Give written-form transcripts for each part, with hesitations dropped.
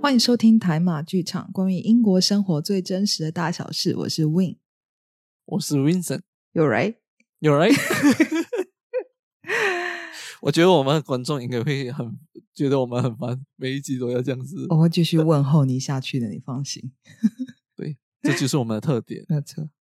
欢迎收听台马剧场，关于英国生活最真实的大小事。我是 Win， 我是 Vincent。 You right？ You right？ 我觉得我们的观众应该会很觉得我们很烦，每一集都要这样子。 我会继续问候你下去的，你放心。 对，这就是我们的特点。 没错。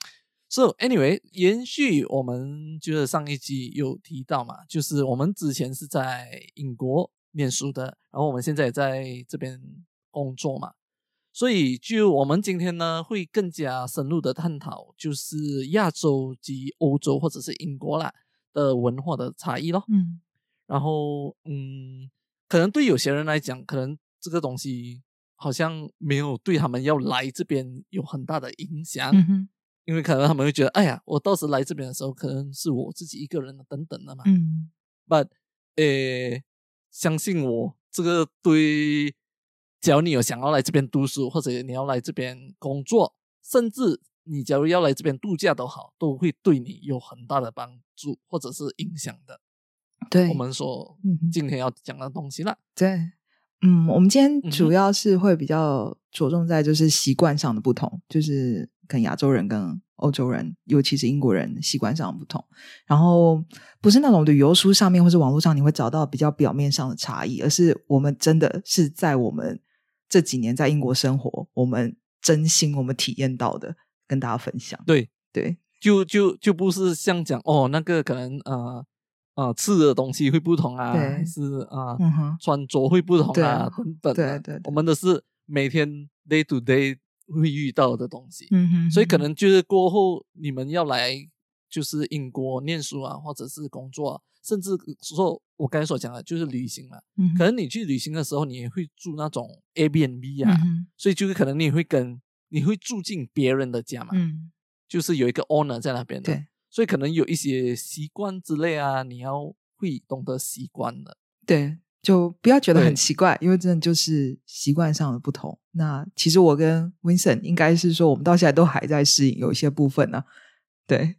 So anyway， 延续我们就是上一集有提到嘛，就是我们之前是在英国念书的，然后我们现在也在这边工作嘛，所以就我们今天呢会更加深入的探讨，就是亚洲及欧洲或者是英国啦的文化的差异咯。然后可能对有些人来讲，可能这个东西好像没有对他们要来这边有很大的影响。因为可能他们会觉得，哎呀，我到时来这边的时候，可能是我自己一个人等等的嘛。But 相信我，这个对，只要你有想要来这边读书，或者你要来这边工作，甚至你假如要来这边度假都好，都会对你有很大的帮助或者是影响的。 对， 我们说今天要讲的东西啦。 对，我们今天主要是会比较着重在就是习惯上的不同，就是跟亚洲人跟欧洲人，尤其是英国人习惯上的不同。然后不是那种旅游书上面或是网络上你会找到比较表面上的差异，而是我们真的是在我们这几年在英国生活，我们真心我们体验到的，跟大家分享。 对对， 就不是像讲哦，那个可能吃的东西会不同啊，还是穿着会不同啊，等等的。 对， 我们的是每天 day to day 会遇到的东西。所以可能就是过后你们要来就是英国念书啊，或者是工作啊，甚至说我刚才所讲的就是旅行嘛。可能你去旅行的时候，你也会住那种 Airbnb 啊，所以就是可能你会住进别人的家嘛。就是有一个 owner 在那边的。 对， 所以可能有一些习惯之类啊，你要会懂得习惯的。 对，就不要觉得很奇怪，因为真的就是习惯上的不同。那其实我跟 Vincent 应该是说，我们到现在都还在适应有一些部分呢。对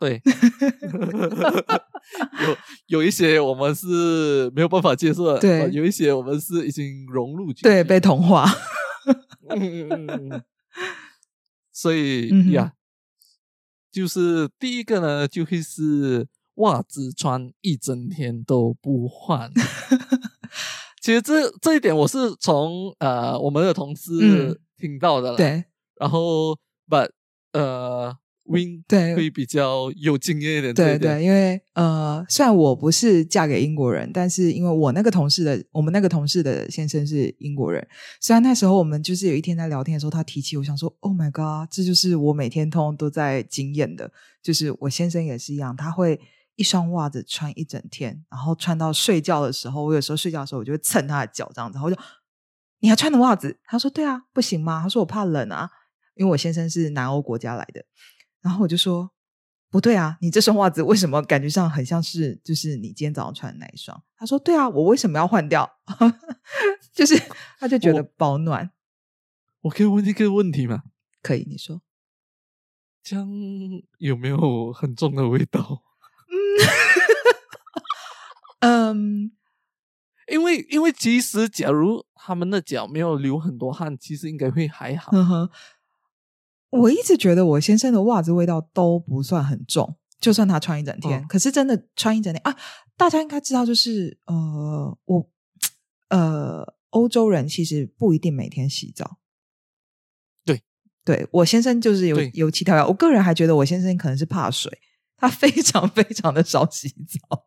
有一些我们是没有办法接受的， 对， 有一些我们是已经融入进去， 对，被同化。 所以呀。就是第一个呢，就会是袜子穿一整天都不换。其实这一点我是从我们的同事听到的啦。 对， 然后 but Win 会比较有经验一点。 对，因为虽然我不是嫁给英国人，但是因为我们那个同事的先生是英国人，虽然那时候我们就是有一天在聊天的时候，他提起，我想说 Oh my god， 这就是我每天通通都在经验的，就是我先生也是一样，他会一双袜子穿一整天，然后穿到睡觉的时候，我有时候睡觉的时候我就会蹭他的脚这样子，然后就你还穿的袜子？他说对啊，不行吗？他说我怕冷啊，因为我先生是南欧国家来的。然后我就说不对啊，你这双袜子为什么感觉上很像是就是你今天早上穿的那一双？他说对啊，我为什么要换掉？就是他就觉得保暖。我可以问一个问题吗？ 可以，你说。 这样有没有很重的味道？因为其实假如他们的脚没有流很多汗，其实应该会还好。 我一直觉得我先生的袜子味道都不算很重，就算他穿一整天。可是真的穿一整天啊，大家应该知道，就是欧洲人其实不一定每天洗澡。对，我先生就是油漆跳跃。我个人还觉得我先生可能是怕水，他非常非常的少洗澡。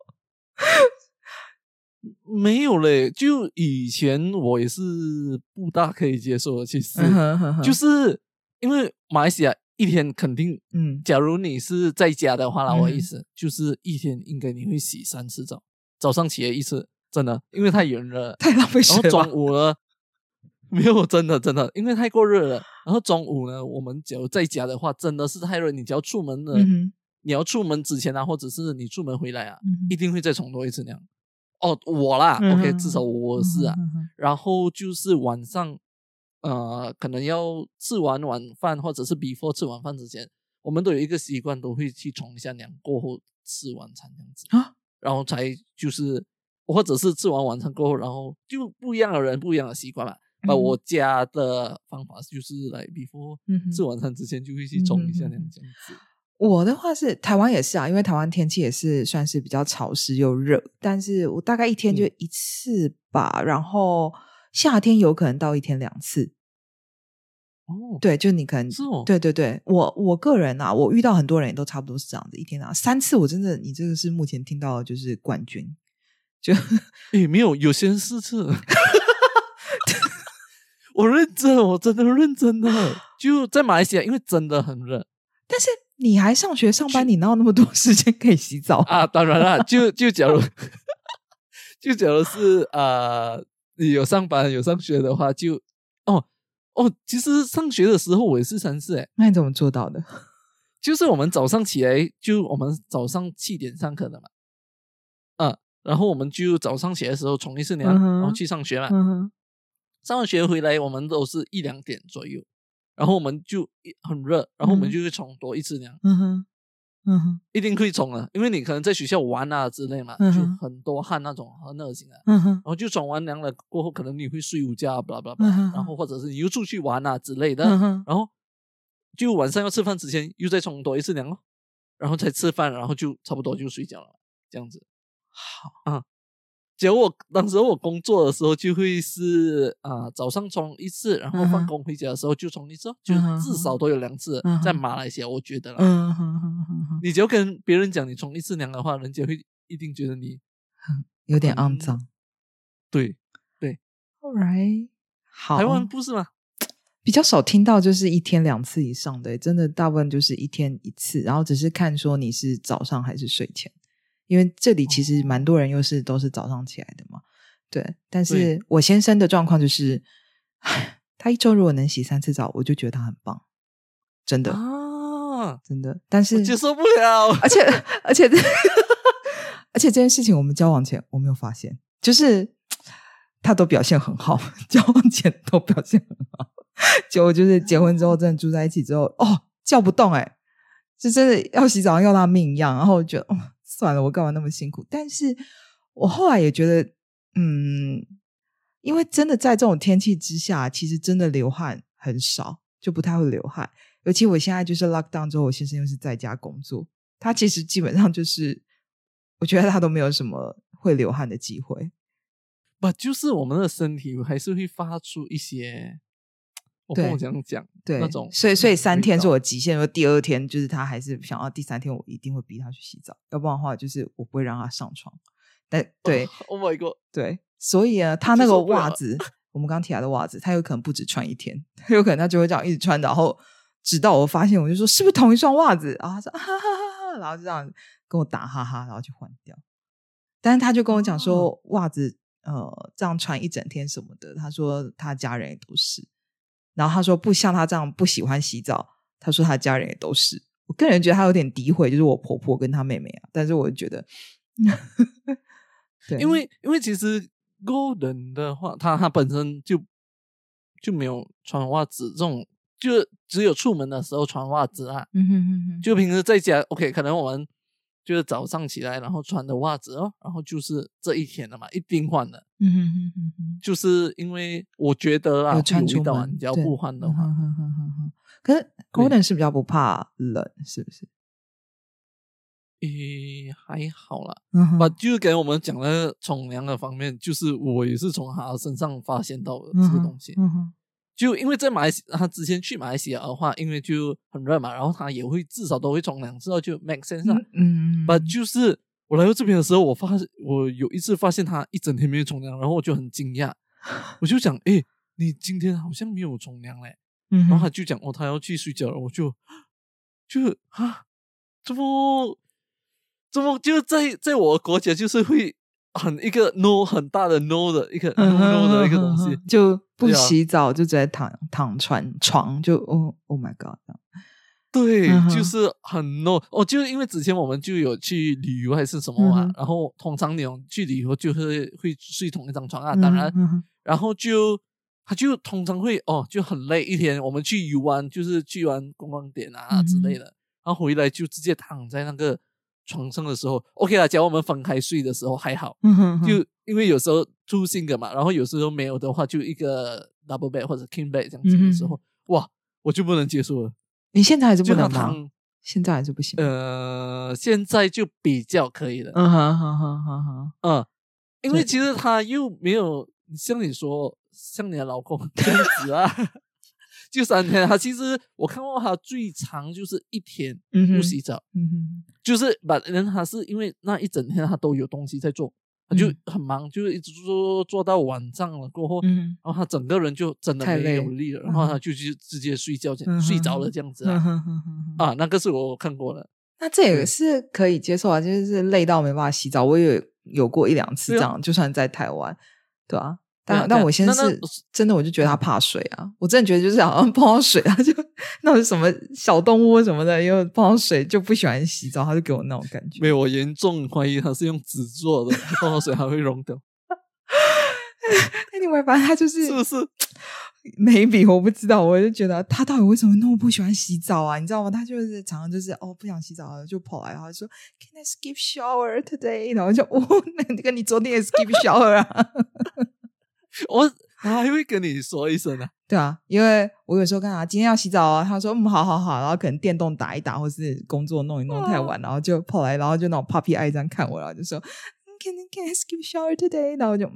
没有嘞，就以前我也是不大可以接受的。其实就是因为马来西亚一天肯定假如你是在家的话啦，我意思就是一天应该你会洗3次澡，早上起来一次，真的，因为太炎热了， 太浪费水了。 然后中午呢没有，真的因为太过热了。然后中午呢，我们只要在家的话真的是太热，你只要出门了你要出门之前啊，或者是你出门回来啊一定会再冲多一次凉。我啦OK， 至少我是啊。然后就是晚上可能要吃完晚饭，或者是 before 吃晚饭之前，我们都有一个习惯，都会去冲一下凉，过后吃晚餐这样子然后才就是或者是吃完晚餐过后，然后就不一样的人不一样的习惯嘛。 我家的方法就是来 before 吃晚餐之前就会去冲一下那样子。 我的话是台湾也是啊，因为台湾天气也是算是比较潮湿又热，但是我大概一天就一次吧，然后夏天有可能到一天2次。对，就你可能是哦， 对对对，我个人啊，我遇到很多人也都差不多是这样子，一天啊3次，我真的你这个是目前听到的就是冠军，就没有些人4次。我认真，我真的认真的，就在马来西亚，因为真的很热。 但是你还上学上班，你哪有那么多时间可以洗澡啊？当然啦，就假如就假如是你有上班有上学的话，就其实上学的时候我也是3次诶。 那你怎么做到的？ 就是我们早上起来，就我们早上7点上课的嘛，然后我们就早上起来的时候冲一次凉，然后去上学嘛。上完学回来，我们都是1-2点左右，然后我们就很热，然后我们就会冲多一次凉。一定会冲的，因为你可能在学校玩啊之类嘛，就很多汗那种，很恶心的。然后就冲完凉了过后，可能你会睡午觉，blah blah blah，然后或者是你又出去玩啊之类的，然后就晚上要吃饭之前又再冲多一次凉咯，然后才吃饭，然后就差不多就睡觉了，这样子。 好啊。 结果当时我工作的时候就会是早上冲一次，然后放工回家的时候就冲一次，就至少都有2次。在马来西亚我觉得啦，你只要跟别人讲你冲1次凉的话，人家会一定觉得你有点肮脏。 对 Alright， 好， 台湾不是吗？ 比较少听到就是1天2次以上的，真的大部分就是1天1次，然后只是看说你是早上还是睡前。因为这里其实蛮多人都是早上起来的嘛，对。但是我先生的状况就是，他1周如果能洗3次澡，我就觉得他很棒，真的真的。但是我接受不了， 而且这件事情我们交往前我没有发现，就是他都表现很好，交往前都表现很好，结果就是结婚之后真的住在一起之后，叫不动就真的要洗澡要他命一样，然后我觉得算了，我干嘛那么辛苦？但是我后来也觉得因为真的在这种天气之下，其实真的流汗很少，就不太会流汗。尤其我现在就是 lockdown 之后，我先生又是在家工作，他其实基本上就是我觉得他都没有什么会流汗的机会。 就是我们的身体还是会发出一些，我不能这样讲， 对， 那种所以3天是我极限，第2天就是他还是想要第3天我一定会逼他去洗澡，要不然的话就是我不会让他上床。但对 ，Oh my god， 对，所以他那个袜子，我们刚提来的袜子，他有可能不止穿1天，有可能他就会这样一直穿，然后直到我发现，我就说是不是同一双袜子？然后他说哈哈哈哈，然后就这样跟我打哈哈，然后就换掉。但是他就跟我讲说，袜子这样穿1整天什么的，他说他家人也都是。然后他说不像他这样不喜欢洗澡，他说他家人也都是。我个人觉得他有点诋毁就是我婆婆跟他妹妹但是我觉得对， 因为其实 Golden 的话，他本身就没有穿袜子这种，就只有出门的时候穿袜子啊。就平时在家 OK， 可能我们就是早上起来然后穿的袜子然后就是这一天的嘛，一定换的。就是因为我觉得有穿出门， 你只要不换的话， 可是 Golden 是比较不怕冷，是不是？ 还好啦。就跟我们讲的冲凉的方面，就是我也是从他身上发现到的这个东西。就因为在马来西亚，他之前去马来西亚的话，因为就很热嘛，然后他也会至少都会冲凉，之后就 make sense 啊。就是我来到这边的时候，我有一次发现他一整天没有冲凉，然后我就很惊讶，我就讲，你今天好像没有冲凉嘞。然后他就讲，他要去睡觉了，我就怎么就在我的国家就是会一个 no 很大的 no 的一个 no 的一个东西， 就不洗澡就直接躺床就oh my god， 对，就是很 no。就是因为之前我们就有去旅游还是什么嘛，然后通常那种去旅游就是会睡同一张床啊，当然，然后他就通常会就很累一天，我们去游玩就是去玩观光点啊之类的，然后回来就直接躺在那个床上的时候 OK 啦，假如我们分开睡的时候还好，就因为有时候two single嘛，然后有时候没有的话就一个 double bed 或者 king bed 这样子的时候，哇，我就不能接受了。 你现在还是不能吗？ 就现在还是不行。 现在就比较可以了。因为其实他又没有像你说像你的老公这样子啊，就3天。他其实我看过他最长就是1天不洗澡，就是他是因为那一整天他都有东西在做，他就很忙，就是一直做到晚上了过后，然后他整个人就真的没有力了，然后他就去直接睡觉，睡着了这样子啊。那个是我看过的。 那这也是可以接受啊，就是累到没办法洗澡，我也有过1-2次这样，就算在台湾，对啊。但我先是真的，我就觉得他怕水啊，我真的觉得就是好像碰到水啊，就那种什么小动物什么的，因为碰到水就不喜欢洗澡，他就给我那种感觉。 没有，我严重怀疑他是用纸做的，碰到水还会溶掉。 Anyway， 反正他就是是不是 ？maybe 我不知道，我就觉得他到底为什么那么不喜欢洗澡啊？你知道吗？他就是常常就是不想洗澡了就跑来，然后说 Can I skip shower today？ 然后就那跟你昨天也 skip shower 啊。 他还会跟你说一声啊？ 对啊，因为我有时候跟他今天要洗澡啊，他说好好好，然后可能电动打一打，或是工作弄一弄太晚，然后就跑来，然后就那种 puppy eye 这样看我，然后就说 Can I skip shower today？ 然后我就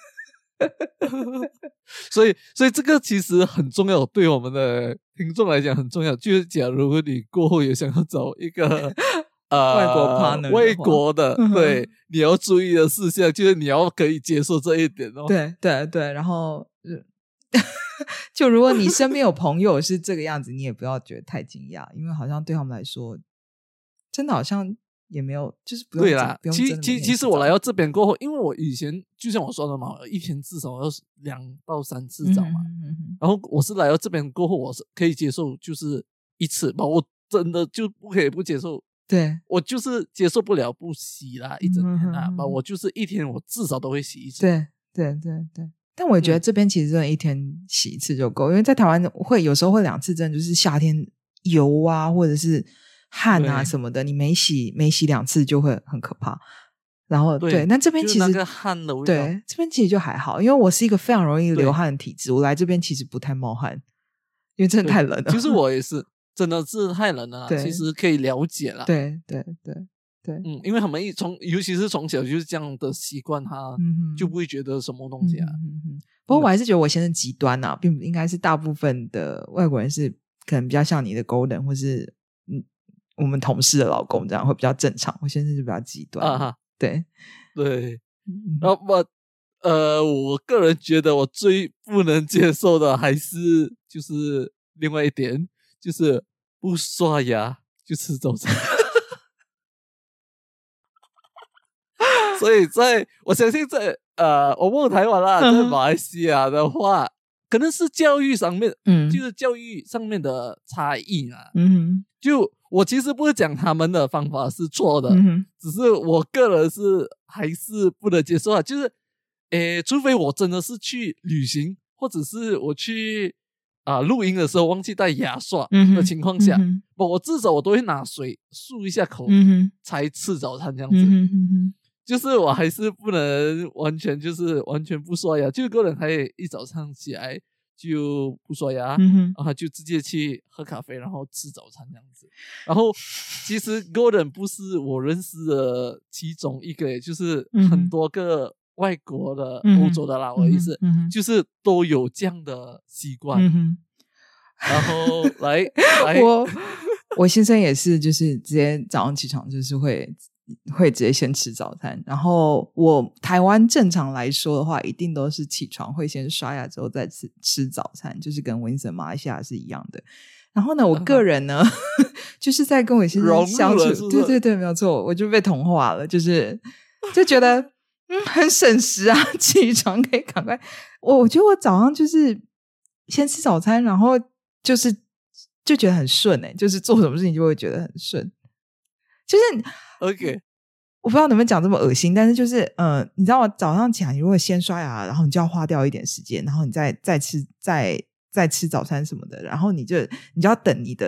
所以这个其实很重要，对我们的听众来讲很重要。就是假如你过后也想要找一个外国 partner 外国的，对，你要注意的事项就是你要可以接受这一点哦。 对对对，然后就如果你身边有朋友是这个样子，你也不要觉得太惊讶，因为好像对他们来说，真的好像也没有，就是不用对啦。其实我来到这边过后，因为我以前就像我说的嘛，一天至少要2到3次澡嘛，然后我是来到这边过后，我是可以接受就是1次吧，我真的就不可以不接受。 对， 我就是接受不了不洗啦一整天啦，我就是1天我至少都会洗1次。 对对对对，但我也觉得这边其实真的1天洗1次就够，因为在台湾会有时候会2次，真的就是夏天油啊或者是汗啊什么的，你没洗2次就会很可怕。然后对，那这边其实、 就是那个汗的味道， 对，这边其实就还好，因为我是一个非常容易流汗的体质，我来这边其实不太冒汗，因为真的太冷了。 其实我也是。真的是太冷了，其实可以了解啦。 对对对对， 因为他们尤其是从小就是这样的习惯，他就不会觉得什么东西啊。 不过我还是觉得我先生极端啊，并不应该是大部分的外国人是可能比较像你的 Golden 或是我们同事的老公这样会比较正常，我先生就比较极端啊。 对对，然后我个人觉得我最不能接受的还是就是另外一点。就是不刷牙就吃早餐。所以我相信在我们台湾啦，在马来西亚的话，可能是教育上面，就是教育上面的差异啊。就我其实不是讲他们的方法是错的，只是我个人还是不能接受啊。就是除非我真的是去旅行，或者是我去录音的时候忘记带牙刷的情况下，我至少我都会拿水漱一下口，才吃早餐这样子。就是我还是不能完全不刷牙，就个人还一早上起来就不刷牙，然后就直接去喝咖啡，然后吃早餐这样子。然后其实 Gordon 不是我认识的其中一个，就是很多个外国的欧洲的啦，我的意思就是都有这样的习惯。然后来我先生也是，就是直接早上起床就是会直接先吃早餐。然后我台湾正常来说的话，一定都是起床会先刷牙之后再吃早餐，就是跟 Winston 马来西亚是一样的。然后呢，我个人呢就是在跟我先生相处，对对对，没有错，我就被同化了，就觉得很省时啊，起床可以赶快。我觉得我早上就是先吃早餐，然后就觉得很顺就是做什么事情就会觉得很顺。就是 OK， 我不知道能不能讲这么恶心，但是就是你知道早上起来你如果先刷牙，然后你就要花掉一点时间，然后你再吃早餐什么的，然后你就要等你的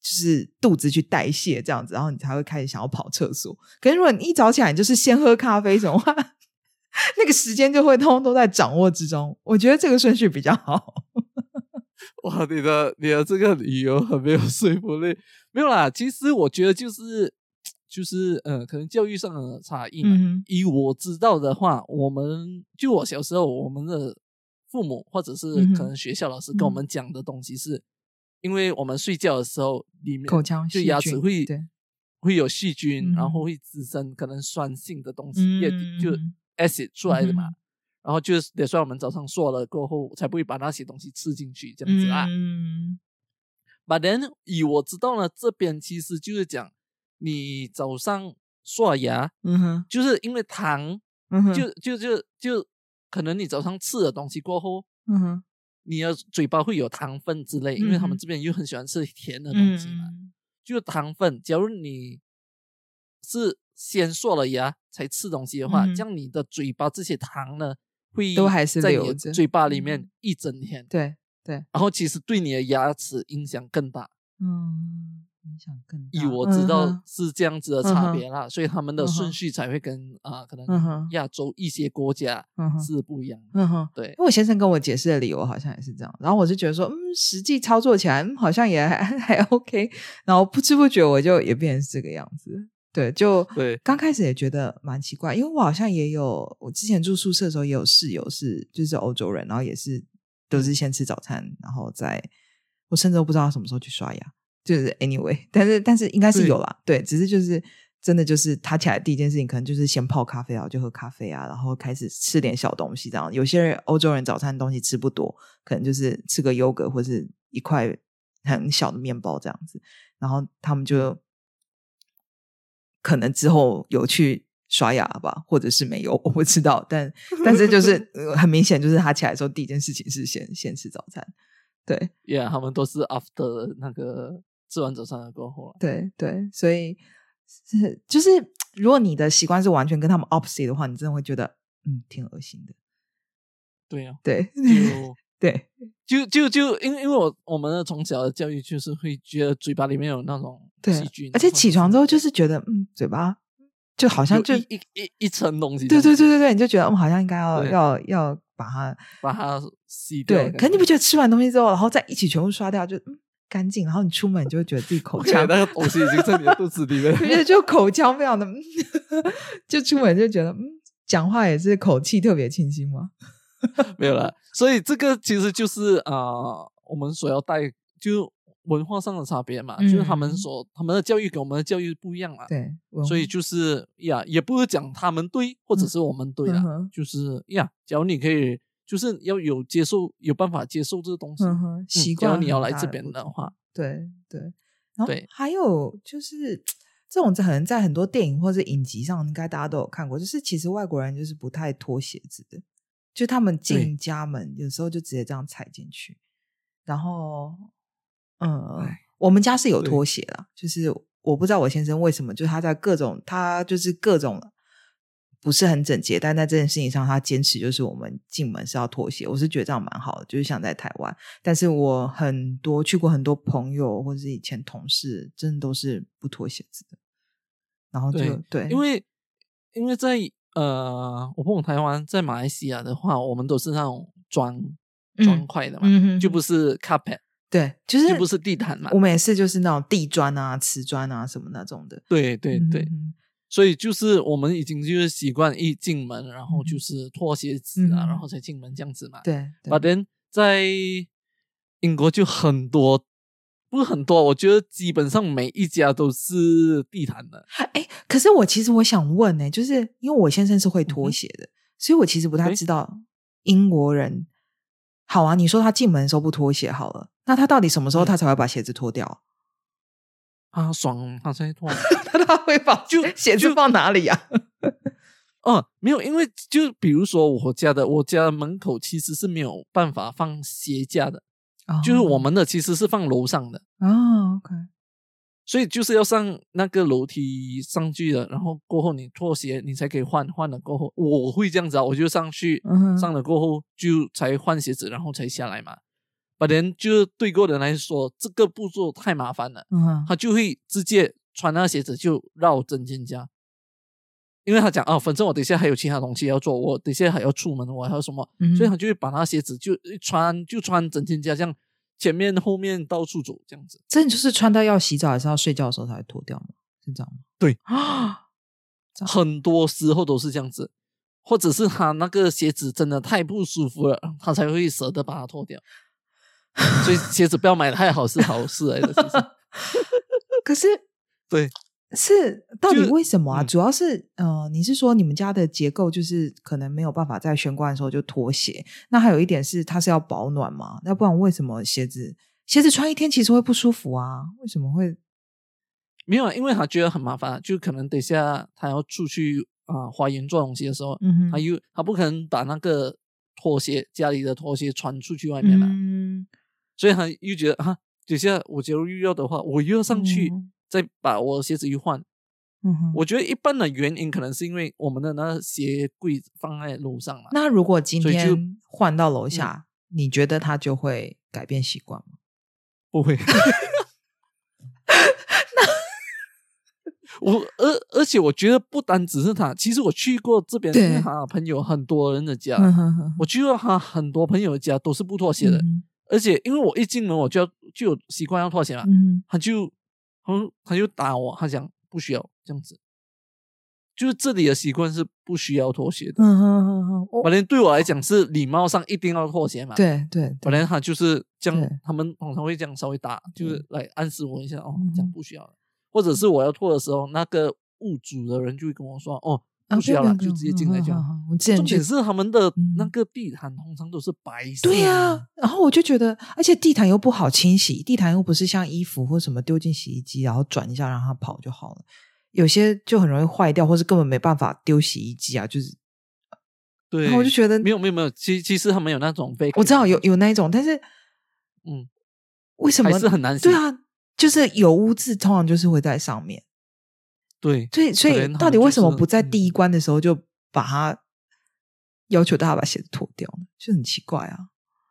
就是肚子去代谢这样子，然后你才会开始想要跑厕所。可是如果你一早起来你就是先喝咖啡什么话那个时间就会通通都在掌握之中，我觉得这个顺序比较好。 哇，你的这个理由很没有说服力。没有啦，其实我觉得就是可能教育上的差异嘛。以我知道的话，我小时候我们的父母或者是可能学校老师跟我们讲的东西是，因为我们睡觉的时候里面口腔就牙齿会有细菌，然后会滋生可能酸性的东西，就 acid 出来的嘛。然后就是得算我们早上刷了过后才不会把那些东西吃进去这样子啦。But then 以我知道呢，这边其实就是讲你早上刷牙，就是因为糖，就可能你早上吃的东西过后，你的嘴巴会有糖分之类，因为他们这边又很喜欢吃甜的东西嘛，就糖分。假如你是先刷了牙才吃东西的话，这样你的嘴巴这些糖呢会都还是在你留着的嘴巴里面一整天。 对， 然后其实对你的牙齿影响更大。 影响更大。 以我知道是这样子的差别啦，所以他们的顺序才会跟可能亚洲一些国家是不一样的。对， 因为我先生跟我解释的理由好像也是这样，然后我就觉得说实际操作起来好像也还 OK， 然后不知不觉我就也变成是这个样子。对， 对， 刚开始也觉得蛮奇怪，因为我好像也有，我之前住宿舍的时候也有室友就是欧洲人，然后也是都是先吃早餐，然后我甚至都不知道他什么时候去刷牙，就是 anyway， 但是应该是有啦，对，只是就是真的就是他起来第一件事情可能就是先泡咖啡，然后就喝咖啡啊，然后开始吃点小东西这样。有些欧洲人早餐东西吃不多，可能就是吃个优格或是一块很小的面包这样子，然后他们就可能之后有去刷牙吧，或者是没有，我不知道，但是就是很明显，就是他起来的时候第一件事情是先吃早餐。对 ，Yeah， 他们都是 after 那个吃完早餐的过后。 对，所以就是如果你的习惯是完全跟他们 opposite 的话，你真的会觉得挺恶心的。 对啊， 对， 对，因为我们的从小的教育就是会觉得嘴巴里面有那种细菌， 而且起床之后就是觉得嘴巴就好像就一层东西。 对，你就觉得好像应该要把它洗掉。 对，可是你不觉得吃完东西之后，然后再一起全部刷掉就干净，然后你出门你就会觉得自己口腔那个东西已经在你的肚子里面， 就口腔非常的就出门就觉得讲话也是口气特别清新吗？ 没有啦，所以这个其实就是我们所要带就文化上的差别嘛，就是他们的教育跟我们的教育不一样嘛。 对， 所以就是也不是讲他们对或者是我们对啦，就是假如你可以就是要有办法接受这个东西， 习惯。 假如你要来这边的话， 对，然后还有就是这种可能在很多电影或者影集上应该大家都有看过，就是其实外国人就是不太脱鞋子的，就他们进家门有时候就直接这样踩进去，然后我们家是有拖鞋啦，就是我不知道我先生为什么就他就是各种不是很整洁，但在这件事情上他坚持就是我们进门是要脱鞋，我是觉得这样蛮好的，就是像在台湾。但是我去过很多朋友或者是以前同事真的都是不脱鞋子的，然后就对， 因为在我不懂台湾，在马来西亚的话我们都是那种砖块的嘛，就不是 carpet， 对，就不是地毯嘛， 我们也是就是那种地砖啊瓷砖啊什么那种的。 对，所以就是我们已经就是习惯一进门然后就是脱鞋子啊，然后才进门这样子嘛。 对 But then 在英国就很多，不是很多，我觉得基本上每一家都是地毯的。 可是其实我想问就是因为我先生是会脱鞋的，所以我其实不太知道英国人。好啊，你说他进门的时候不脱鞋好了，那他到底什么时候他才会把鞋子脱掉？ 爽他才脱。 他会把鞋子放哪里啊？ 没有，因为就比如说我家的门口其实是没有办法放鞋架的，就是我们的其实是放楼上的。 OK。 所以就是要上那个楼梯上去的，然后过后你脱鞋你才可以换了过后我会这样子我就上去，上了过后就才换鞋子然后才下来嘛。 把人就对个人来说这个步骤太麻烦了，他就会直接穿那个鞋子就绕整间家，因为他讲反正我等一下还有其他东西要做，我等一下还要出门，我还有什么，所以他就会把那鞋子就穿整间家，这样前面后面到处走这样子。 这就是穿到要洗澡还是要睡觉的时候才会脱掉吗？是这样吗？ 对很多时候都是这样子，或者是他那个鞋子真的太不舒服了，他才会舍得把它脱掉。所以鞋子不要买太好是好事来的，其实。 可是， 对， 是到底为什么啊？主要是你是说你们家的结构就是可能没有办法在玄关的时候就脱鞋？那还有一点是它是要保暖嘛？要不然为什么鞋子穿一天其实会不舒服啊？为什么会？ 没有，因为他觉得很麻烦，就可能等一下他要出去花园做东西的时候，他不可能把那个拖鞋家里的拖鞋穿出去外面了，所以他又觉得等一下我假如又要的话，我又要上去再把我的鞋子一换。我觉得一般的原因可能是因为我们的那鞋柜放在楼上嘛。 那如果今天换到楼下，你觉得他就会改变习惯吗？ 不会。而且我觉得不单只是他，其实我去过这边，因为他朋友很多人的家，我去过他很多朋友的家都是不脱鞋的，而且因为我一进门我就有习惯要脱鞋嘛，他就打我，他讲不需要这样子，就是这里的习惯是不需要脱鞋的。反正对我来讲是礼貌上一定要脱鞋嘛。 对，反正他就是这样，他们通常会这样稍微打，就是来暗示我一下这样不需要了。或者是我要脱的时候，那个屋主的人就会跟我说不需要了，就直接进来这样。重点是他们的那个地毯通常都是白色。 对啊，然后我就觉得，而且地毯又不好清洗，地毯又不是像衣服或什么丢进洗衣机然后转一下让它跑就好了，有些就很容易坏掉，或是根本没办法丢洗衣机啊，就是对。 然后我就觉得没有，其实他们有那种被， 我知道有那一种，但是为什么还是很难洗？ 对啊，就是有污渍通常就是会在上面。 对， 所以到底为什么不在第一关的时候就把他要求大家把鞋子脱掉呢？就很奇怪啊。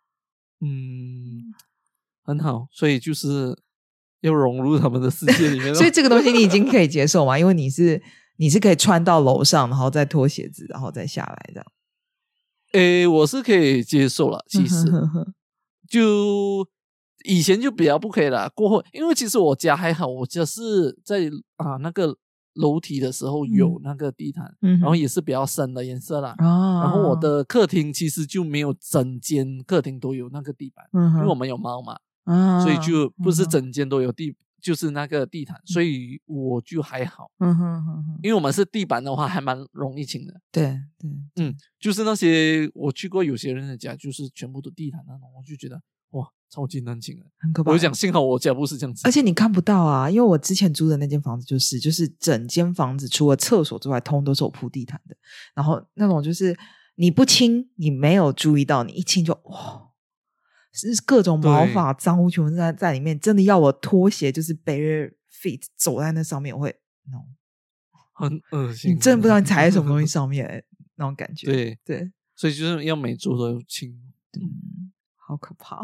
很好，所以就是要融入他们的世界里面。 所以这个东西你已经可以接受吗？因为你是可以穿到楼上，然后再脱鞋子，然后再下来这样。 我是可以接受了，其实就以前就比较不可以了。过后，因为其实我家还好，我家是在那个楼梯的时候有那个地毯，然后也是比较深的颜色啦。然后我的客厅其实就没有整间客厅都有那个地板，因为我们有猫嘛，所以就不是整间都有就是那个地毯，所以我就还好。因为我们是地板的话还蛮容易清的。 对， 就是那些我去过有些人的家就是全部都地毯那种，我就觉得哇超级难清的， 很可怕。 我就讲幸好我家不是这样子， 而且你看不到啊，因为我之前租的那间房子就是整间房子除了厕所之外通都是有铺地毯的，然后那种就是你不清你没有注意到，你一清就哇是各种毛发脏污全部在里面，真的要我脱鞋就是 bare feet 走在那上面我会很恶心， 你真的不知道你踩在什么东西上面那种感觉。对， 所以就是要每周都有清。 好可怕。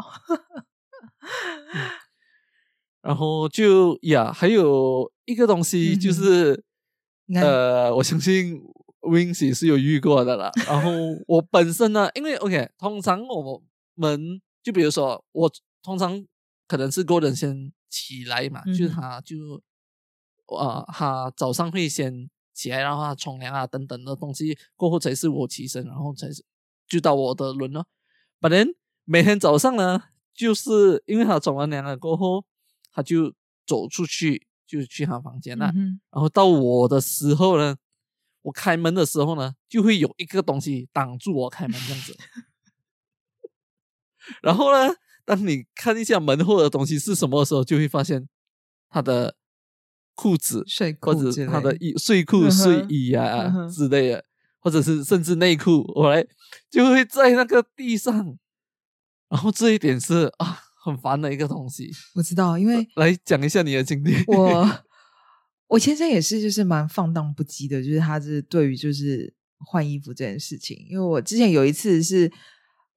然后就还有一个东西就是我相信 Wings 也是有遇过的啦。然后我本身呢，因为 OK 通常我们就比如说我通常可能是 Gordon 先起来嘛，就是他就他早上会先起来，然后他冲凉等等的东西过后才是我起身，然后才是就到我的轮了。But then 每天早上呢，就是因为他冲完凉了过后，他就走出去，就去他房间了。然后到我的时候呢，我开门的时候呢，就会有一个东西挡住我开门这样子。然后呢，当你看一下门后的东西是什么的时候，就会发现他的裤子、 睡裤或者他的睡裤、睡衣之类的，或者是甚至内裤，就会在那个地上。然后这一点是很烦的一个东西。 我知道，因为来讲一下你的经历。 我先生也是就是蛮放荡不羁的，就是他是对于就是换衣服这件事情。因为我之前有一次是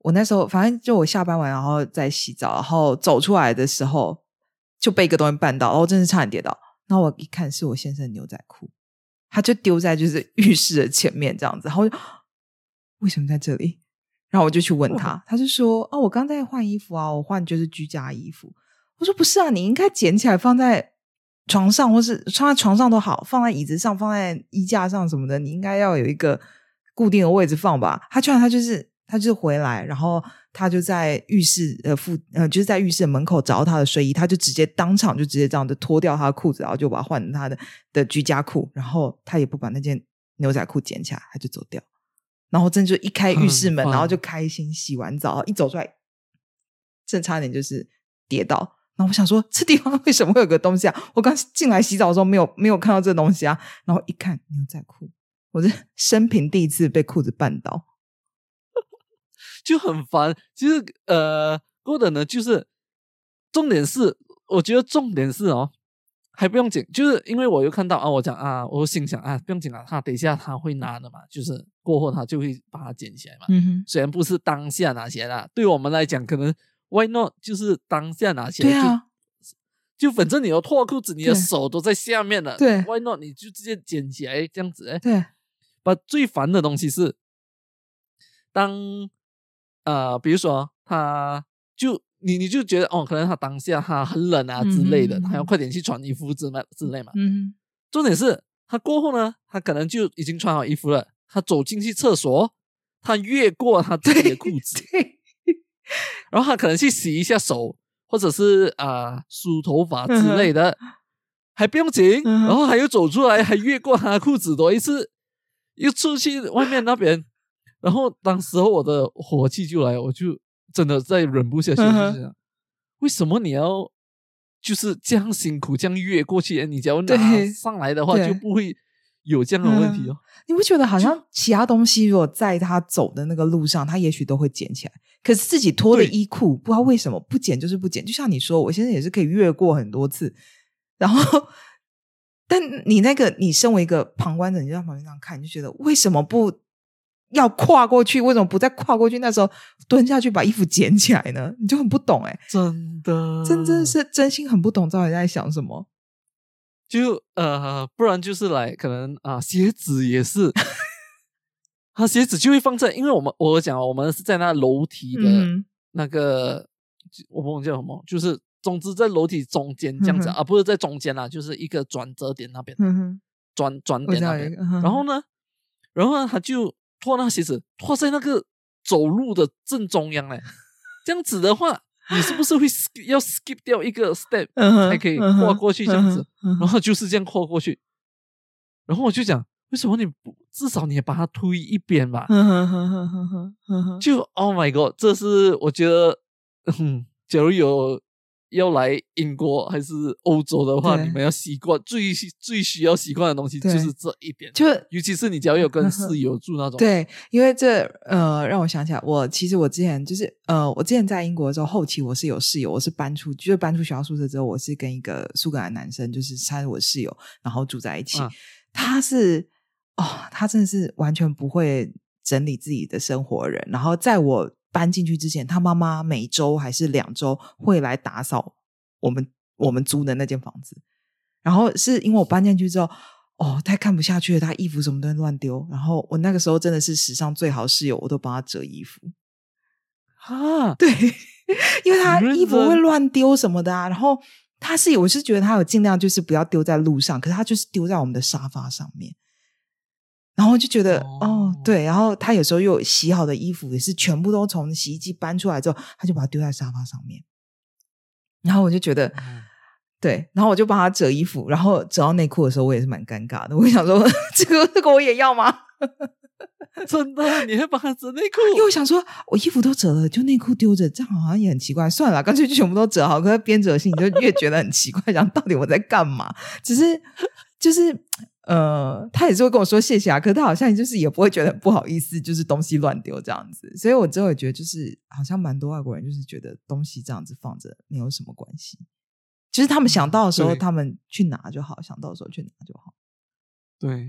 我那时候反正就我下班完然后在洗澡，然后走出来的时候就被一个东西绊到，然后真是差点跌倒，然后我一看是我先生的牛仔裤，他就丢在就是浴室的前面这样子，然后就为什么在这里？然后我就去问他，他就说我刚在换衣服啊，我换就是居家衣服。我说不是啊，你应该捡起来放在床上，或是放在床上都好，放在椅子上，放在衣架上什么的，你应该要有一个固定的位置放吧。他就是回来，然后他就在浴室就是在浴室门口找到他的睡衣，他就直接当场就直接这样子脱掉他的裤子，然后就把它换成他的居家裤，然后他也不把那件牛仔裤捡起来，他就走掉。然后真就一开浴室门，然后就开心洗完澡，一走出来正差点就是跌倒。然后我想说这地方为什么会有个东西啊，我刚进来洗澡的时候没有看到这东西啊，然后一看牛仔裤，我是生平第一次被裤子绊倒， 就很烦。其实Gordon 呢，就是重点是我觉得重点是还不用紧，就是因为我又看到我讲我心想不用紧了，他等一下他会拿的嘛，就是过后他就会把它捡起来嘛。虽然不是当下拿起来啦，对我们来讲可能 why not 就是当下拿起来。 对啊， 就反正你要脱裤子，你的手都在下面了， 对 why not 你就直接捡起来这样子。 对， 把最烦的东西是当比如说他就你就觉得可能他当下他很冷啊之类的，他要快点去穿衣服之类嘛。重点是他过后呢，他可能就已经穿好衣服了，他走进去厕所，他越过他自己的裤子，然后他可能去洗一下手，或者是梳头发之类的，还不用紧，然后还又走出来，还越过他的裤子多一次，又出去外面那边。然后当时候我的火气就来，我就真的再忍不下去，就是想为什么你要就是这样辛苦这样越过去，你只要拿上来的话就不会有这样的问题你不觉得好像其他东西如果在他走的那个路上他也许都会捡起来，可是自己脱的衣裤不知道为什么不捡就是不捡，就像你说我现在也是可以越过很多次，然后但你身为一个旁观者，你就在旁边这样看，你就觉得为什么不要跨过去，为什么不再跨过去那时候蹲下去把衣服捡起来呢？你就很不懂真的真是真心很不懂到底在想什么。 就不然就是可能鞋子也是他鞋子就会放在，因为我讲我们是在那楼梯的那个我不懂叫什么，就是总之在楼梯中间这样子不是在中间啦，就是一个转折点那边转点那边然后呢他就脱那鞋子脱在那个走路的正中央这样子的话你是不是会要 skip 掉一个 step 才可以跨过去这样子然后就是这样跨过去，然后我就讲为什么你不至少你也把它推一边吧就 Oh my god 这是我觉得假如有要来英国还是欧洲的话，你们要习惯最需要习惯的东西就是这一点，就尤其是你只要有跟室友住那种。 对，因为这让我想起来，其实我之前就是我之前在英国的时候，后期我是有室友，我是搬出学校宿舍之后，我是跟一个苏格兰男生，就是他是我室友，然后住在一起。他是他真的是完全不会整理自己的生活的人，然后在我搬进去之前，他妈妈每周还是2周会来打扫我们租的那间房子，然后是因为我搬进去之后太看不下去了，他衣服什么都乱丢，然后我那个时候真的是史上最好室友，我都帮他折衣服对，因为他衣服会乱丢什么的然后我是觉得他有尽量就是不要丢在路上，可是他就是丢在我们的沙发上面，然后就觉得对，然后他有时候又有洗好的衣服也是全部都从洗衣机搬出来之后，他就把它丢在沙发上面，然后我就觉得对，然后我就帮他折衣服，然后折到内裤的时候我也是蛮尴尬的，我想说这个我也要吗真的你会帮他折内裤？ 因为我想说我衣服都折了就内裤丢着，这样好像也很奇怪，算了啦，干脆就全部都折好，可是边折心你就越觉得很奇怪想到底我在干嘛，只是就是他也是会跟我说谢谢可是他好像就是也不会觉得很不好意思，就是东西乱丢这样子，所以我之后也觉得就是好像蛮多外国人就是觉得东西这样子放着没有什么关系，就是他们想到的时候他们去拿就好，想到的时候去拿就好。 对，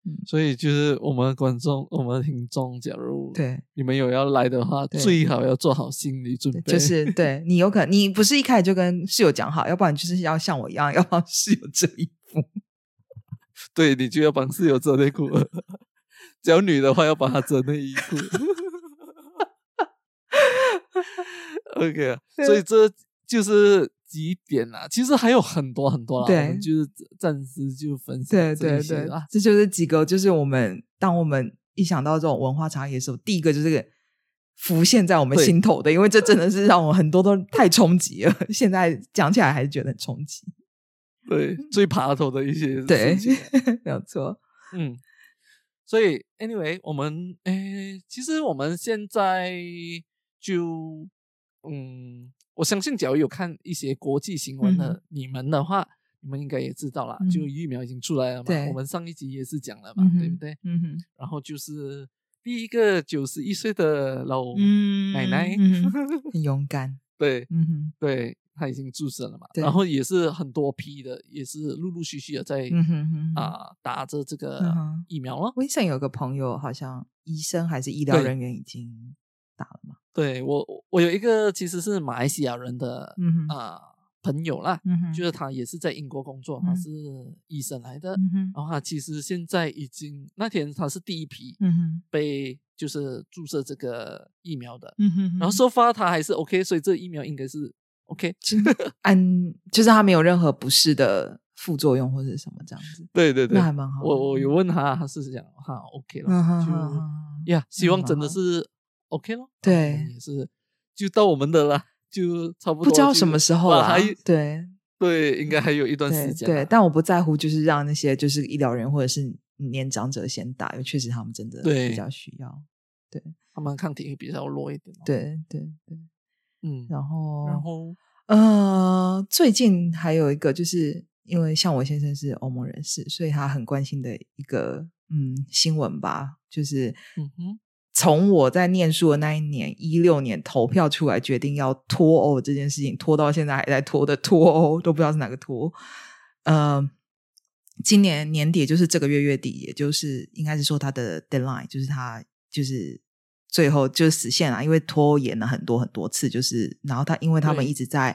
所以就是我们的观众、我们的听众，假如对你们有要来的话，最好要做好心理准备。 就是对你有可能你不是一开始就跟室友讲好，要不然就是要像我一样要帮室友折衣服。 对，你就要帮室友折内裤。只要女的话，要帮她折内衣裤。OK， 所以这就是几点啦。其实还有很多很多啦，我们就是暂时就分享这些啦。 这就是几个，就是当我们一想到这种文化差异的时候，第一个就是这个浮现在我们心头的，因为这真的是让我很多都太冲击了。现在讲起来还是觉得很冲击。 对，最爬头的一些事情， 没有错。 所以 anyway， 我们其实我们现在就我相信假如有看一些国际新闻的你们的话，你们应该也知道啦，就疫苗已经出来了嘛，我们上一集也是讲了嘛，对不对？然后就是第一个91岁的老奶奶， 很勇敢， 对，对，她已经注射了嘛，然后也是很多批的，也是陆陆续续的在打着这个疫苗了。 Vincent 有个朋友好像医生还是医疗人员已经打了嘛？ 对，我有一个其实是马来西亚人的朋友啦，就是他也是在英国工作，他是医生来的，然后他其实现在已经那天他是第一批被就是注射这个疫苗的，然后so far他还是 OK， 所以这疫苗应该是 OK， 就是他没有任何不适的副作用或者什么这样子。 对对对， 那还蛮好的。 我有问他，他是讲他 OK 了，就希望真的是 OK 咯。 对， 也是就到我们的了，就差不多。 不知道什么时候啦，对对，应该还有一段时间。 对，但我不在乎，就是让那些就是医疗人或者是年长者先打，因为确实他们真的比较需要。对， 他们抗体比较弱一点。 对对对，然后最近还有一个就是因为像我先生是欧盟人士，所以他很关心的一个新闻吧，就是从我在念书的那一年16年投票出来决定要脱欧这件事情，拖到现在还在拖的脱欧，都不知道是哪个脱。今年年底就是这个月底，也就是应该是说他的 deadline， 就是他就是最后就死线了，因为拖延了很多很多次，就是然后因为他们一直在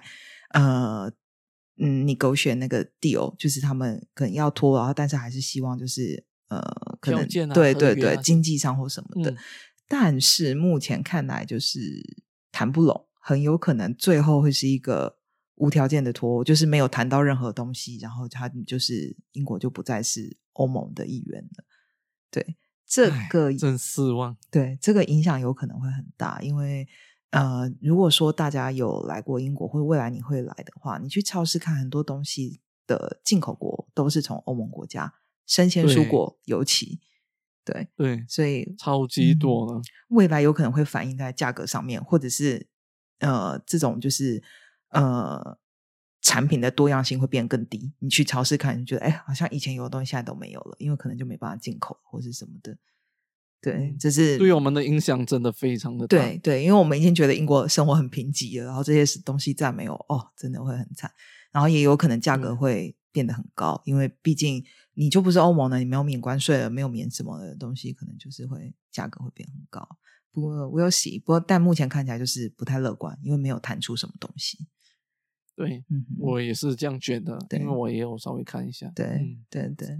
negotiate那个 deal， 就是他们可能要拖，然后但是还是希望就是可能对对对经济上或什么的，但是目前看来就是谈不拢，很有可能最后会是一个无条件的脱欧，就是没有谈到任何东西，然后他就是英国就不再是欧盟的一员了。对，这个真失望。 对，这个影响有可能会很大，因为如果说大家有来过英国或者未来你会来的话，你去超市看很多东西的进口国都是从欧盟国家，生鲜蔬果尤其对，所以超级多了， 未来有可能会反映在价格上面，或者是这种就是产品的多样性会变更低。你去超市看，你觉得好像以前有的东西现在都没有了，因为可能就没办法进口或是什么的。对，这是对我们的影响真的非常的大。 对对，因为我们已经觉得英国生活很贫瘠了，然后这些东西再没有真的会很惨，然后也有可能价格会变得很高，因为毕竟你就不是欧盟的，你没有免关税了，没有免什么的东西，可能就是会价格会变很高。不过我有洗，但目前看起来就是不太乐观，因为没有谈出什么东西。 对，我也是这样觉得，因为我也有稍微看一下。 对对对，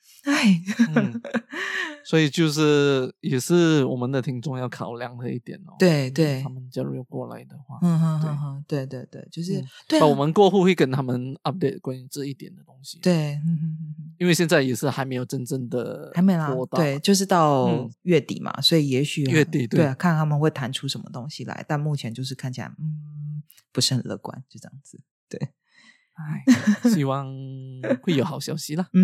所以就是也是我们的听众要考量的一点哦。 对对， 他们假如要过来的话， 对对对，就是我们过后会跟他们 update 关于这一点的东西。 对， 因为现在也是还没有真正的还没啦，对，就是到月底嘛，所以也许月底对看他们会弹出什么东西来，但目前就是看起来不是很乐观，就这样子。对， 希望会有好消息啦。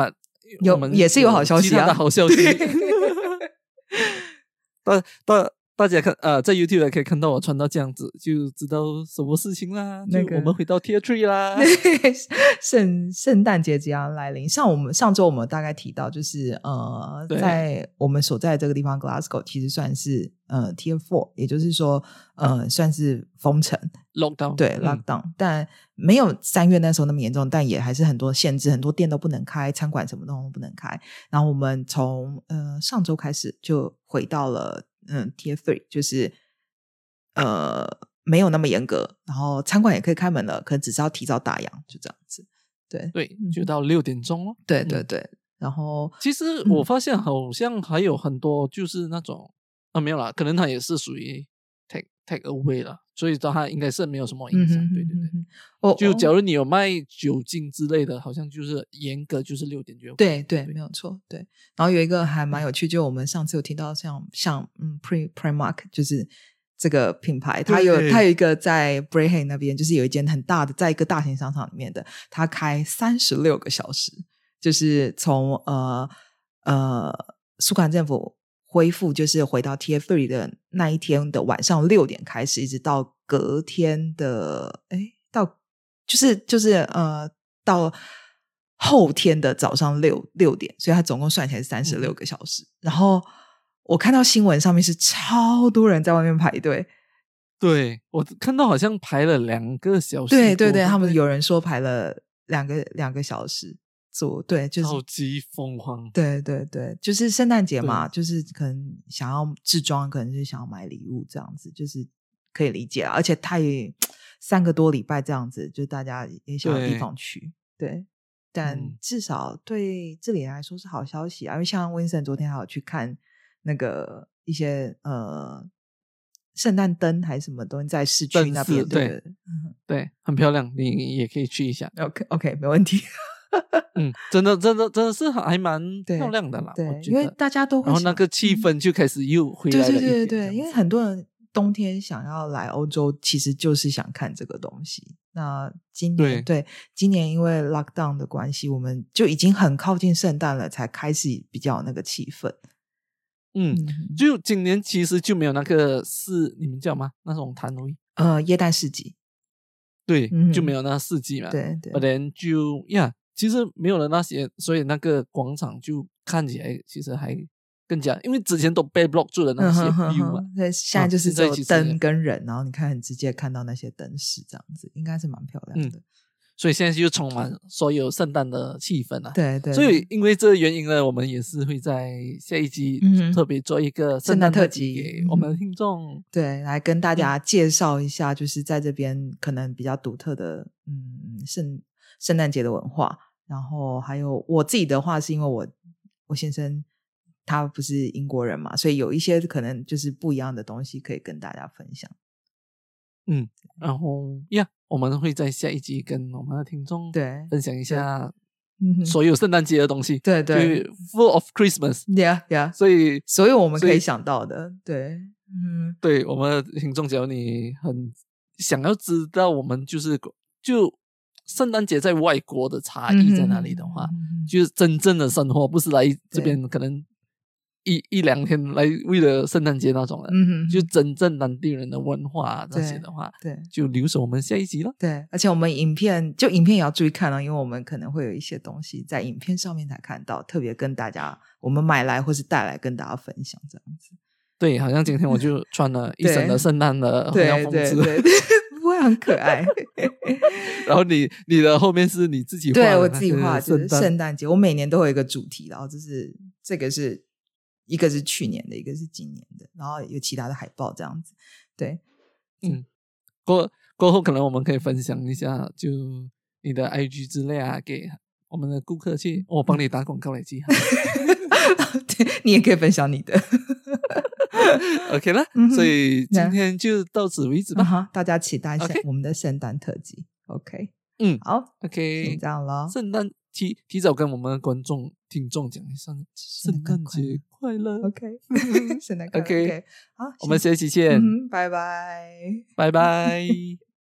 也是有好消息啊， 其他的好消息。 大家在 YouTube 也可以看到我穿到这样子，就知道什么事情啦。 那个就我们回到 Tier 3啦。 圣诞节即将来临，上周我们大概提到，就是在我们所在这个地方 Glasgow 其实算是Tier 4，也就是说算是封城 lockdown， 对 lockdown，但没有3月那时候那么严重，但也还是很多限制，很多店都不能开，餐馆什么都不能开。然后我们从上周开始就回到了Tier 3，就是没有那么严格，然后餐馆也可以开门了，可能只是要提早打烊，就这样子。对， 就到6点钟咯。 对对对，然后其实我发现好像还有很多就是那种没有啦，可能它也是属于 take away 啦，所以它应该是没有什么影响。对对对，就假如你有卖酒精之类的，好像就是严格就是6点就对对，没有错。对，然后有一个还蛮有趣，就我们上次有听到像Primark 就是这个品牌，它有一个在 Braehay 那边，就是有一间很大的，在一个大型商场里面的，它开36个小时，就是从苏格兰政府恢复，就是回到 Tier 3的那一天的晚上6点开始，一直到隔天的到后天的早上6点，所以它总共算起来是36个小时。然后我看到新闻上面是超多人在外面排队， 对，我看到好像排了2个小时。 对对对，他们有人说排了两个小时做，对，就是超级疯狂。 对对对，就是圣诞节嘛，就是可能想要置装，可能是想要买礼物这样子，就是可以理解啦。而且他也3个多礼拜这样子，就大家也想要地方去，对。但至少对这里来说是好消息啊，因为像 Winston 昨天还有去看那个一些圣诞灯还是什么东西在市区那边，对对，很漂亮，你也可以去一下。 OK 没问题。 真的是还蛮漂亮的啦。 对，因为大家都会， 然后那个气氛就开始又回来了一点。 对，因为很多人冬天想要来欧洲，其实就是想看这个东西。那今年因为 lockdown 的关系，我们就已经很靠近圣诞了，才开始比较有那个气氛。 就今年其实就没有那个你们叫吗？那种摊位耶诞市集。 对，就没有那市集嘛。 对 ，but then 就其实没有了那些，所以那个广场就看起来其实还更加，因为之前都被 block 住了那些 view 嘛。 对，现在就是只有灯跟人，然后你看很直接看到那些灯饰，这样子应该是蛮漂亮的。 所以现在就充满所有圣诞的气氛啊。 对对。 所以因为这个原因呢，我们也是会在下一集特别做一个圣诞特辑给我们的听众。 对，来跟大家介绍一下，就是在这边可能比较独特的圣诞节的文化。然后还有我自己的话，是因为我先生他不是英国人嘛，所以有一些可能就是不一样的东西可以跟大家分享。 然后我们会在下一集跟我们的听众分享一下所有圣诞节的东西。 对对， 就 full of Christmas。 yeah， 所有我们可以想到的。对， 对，我们的听众，假如你很想要知道我们就圣诞节在外国的差异在哪里的话，就是真正的生活，不是来这边可能一两天来为了圣诞节那种的，就真正当地人的文化那些的话， 对， 就留守我们下一集了。 对，而且我们影片也要注意看因为我们可能会有一些东西在影片上面才看到，特别跟大家我们买来或是带来跟大家分享这样子。 对，好像今天我就穿了一身的圣诞的红腰风姿， 对，会很可爱。 然后你的后面是你自己画的？ 对，我自己画，就是圣诞节，我每年都有一个主题，然后这个是一个是去年的，一个是今年的，然后有其他的海报这样子。对， 过后可能我们可以分享一下，就你的 IG 之类给我们的顾客去，我帮你打广告来记号。 对，你也可以分享你的。 OK 了，所以今天就到此为止吧。 大家期待一下我们的圣诞特辑。OK， 好 ，OK， 先这样咯。 圣诞提早跟我们的听众讲一声圣诞节快乐。 OK， 圣诞快乐。 OK， 好， 我们下期见。 拜拜， 拜拜。